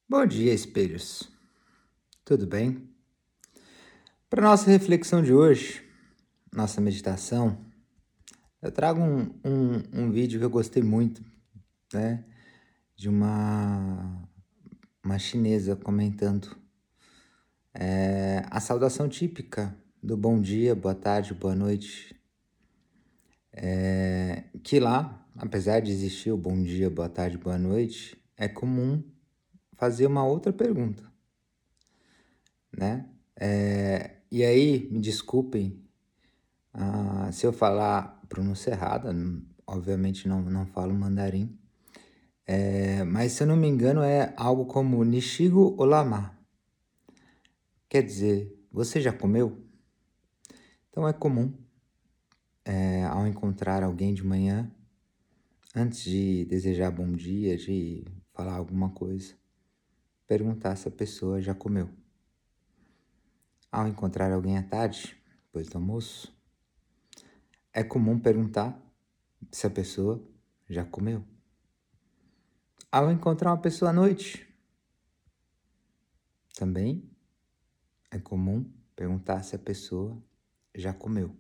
Bom dia, espelhos. Tudo bem? Para nossa reflexão de hoje, nossa meditação, eu trago um vídeo que eu gostei muito, né? De uma chinesa comentando a saudação típica do bom dia, boa tarde, boa noite. Que lá, apesar de existir o bom dia, boa tarde, boa noite, é comum fazer uma outra pergunta, né? E aí, me desculpem se eu falar pronúncia errada, obviamente não falo mandarim, mas se eu não me engano é algo como Nishigo Olama, quer dizer, você já comeu? Então é comum, ao encontrar alguém de manhã, antes de desejar bom dia, de falar alguma coisa, perguntar se a pessoa já comeu. Ao encontrar alguém à tarde, depois do almoço, é comum perguntar se a pessoa já comeu. Ao encontrar uma pessoa à noite, também é comum perguntar se a pessoa já comeu.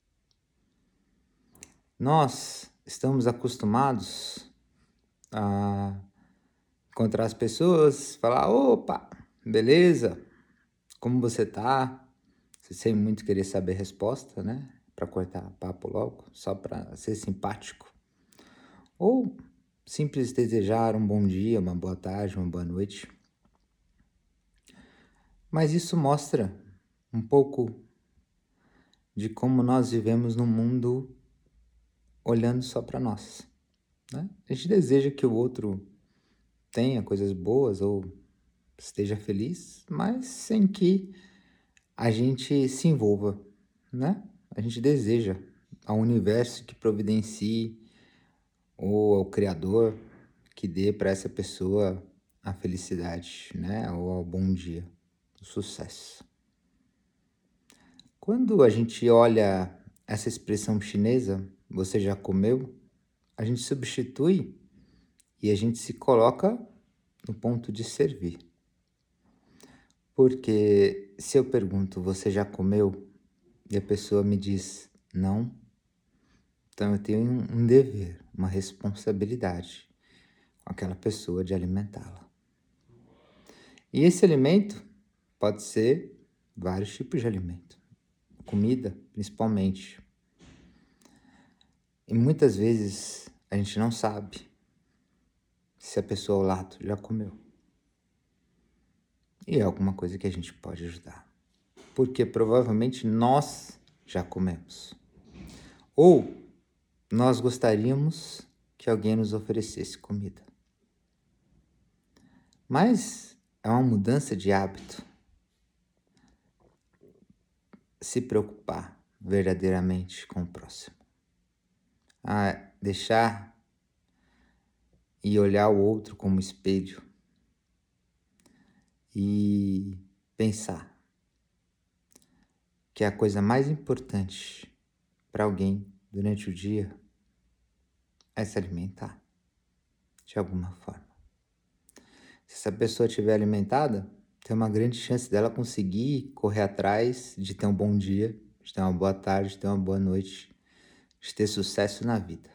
Nós estamos acostumados a encontrar as pessoas, falar: opa, beleza? Como você tá? Sem muito querer saber a resposta, né? Para cortar papo logo, só para ser simpático. Ou simples desejar um bom dia, uma boa tarde, uma boa noite. Mas isso mostra um pouco de como nós vivemos num mundo olhando só para nós, né? A gente deseja que o outro tenha coisas boas ou esteja feliz, mas sem que a gente se envolva, né? A gente deseja ao universo que providencie ou ao Criador que dê para essa pessoa a felicidade, né? Ou ao bom dia, o sucesso. Quando a gente olha essa expressão chinesa, você já comeu? A gente substitui e a gente se coloca no ponto de servir. Porque se eu pergunto, você já comeu? E a pessoa me diz, não. Então eu tenho um dever, uma responsabilidade com aquela pessoa de alimentá-la. E esse alimento pode ser vários tipos de alimento. Comida, principalmente. E muitas vezes a gente não sabe se a pessoa ao lado já comeu. E é alguma coisa que a gente pode ajudar. Porque provavelmente nós já comemos. Ou nós gostaríamos que alguém nos oferecesse comida. Mas é uma mudança de hábito. Se preocupar verdadeiramente com o próximo. Deixar e olhar o outro como espelho. E pensar que a coisa mais importante para alguém durante o dia é se alimentar, de alguma forma. Se essa pessoa estiver alimentada, tem uma grande chance dela conseguir correr atrás de ter um bom dia, de ter uma boa tarde, de ter uma boa noite, de ter sucesso na vida.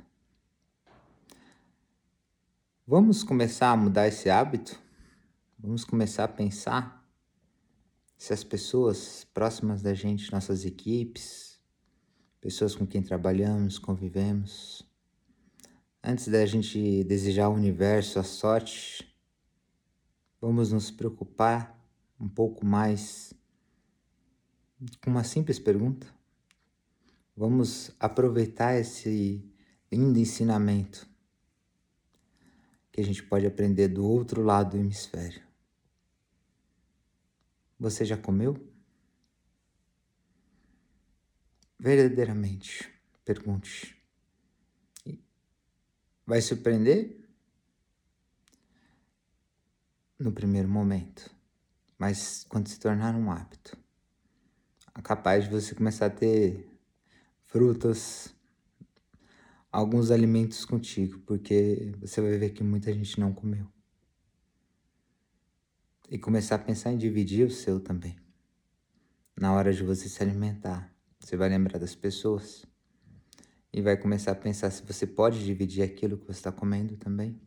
Vamos começar a mudar esse hábito? Vamos começar a pensar se as pessoas próximas da gente, nossas equipes, pessoas com quem trabalhamos, convivemos, antes da gente desejar ao universo a sorte, vamos nos preocupar um pouco mais com uma simples pergunta. Vamos aproveitar esse lindo ensinamento que a gente pode aprender do outro lado do hemisfério. Você já comeu? Verdadeiramente, pergunte. Vai surpreender? No primeiro momento, mas quando se tornar um hábito, é capaz de você começar a ter frutas, alguns alimentos contigo, porque você vai ver que muita gente não comeu. e começar a pensar em dividir o seu também. Na hora de você se alimentar, você vai lembrar das pessoas e vai começar a pensar se você pode dividir aquilo que você está comendo também.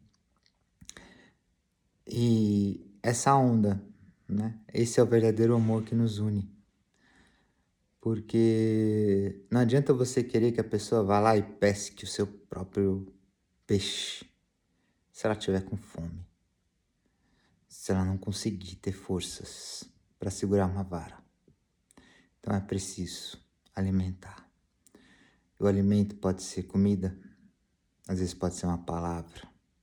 E essa onda, né? Esse é o verdadeiro amor que nos une. Porque não adianta você querer que a pessoa vá lá e pesque o seu próprio peixe, se ela tiver com fome, se ela não conseguir ter forças para segurar uma vara. Então é preciso alimentar. O alimento pode ser comida, às vezes pode ser uma palavra,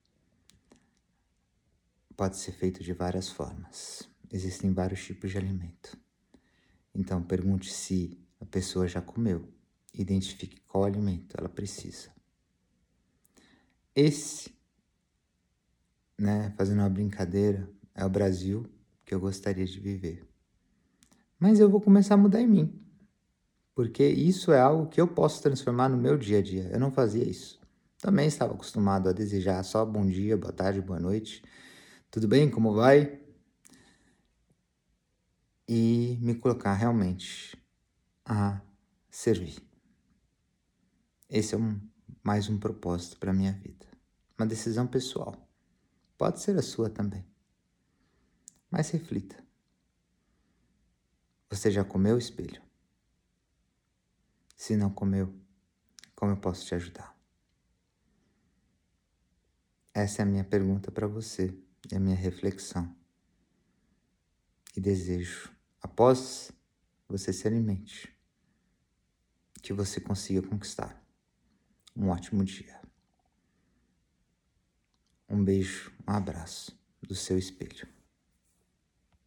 pode ser feito de várias formas. Existem vários tipos de alimento. Então pergunte se a pessoa já comeu. Identifique qual alimento ela precisa. Esse, né, fazendo uma brincadeira, é o Brasil que eu gostaria de viver. Mas eu vou começar a mudar em mim. Porque isso é algo que eu posso transformar no meu dia a dia. Eu não fazia isso. Também estava acostumado a desejar só bom dia, boa tarde, boa noite. Tudo bem? Como vai? E me colocar realmente a servir. Esse é mais um propósito para a minha vida. Uma decisão pessoal. Pode ser a sua também. Mas reflita. Você já comeu, espelho? Se não comeu, como eu posso te ajudar? Essa é a minha pergunta para você e a minha reflexão. E desejo, após você se alimente, que você consiga conquistar um ótimo dia. Um beijo, um abraço do seu espelho.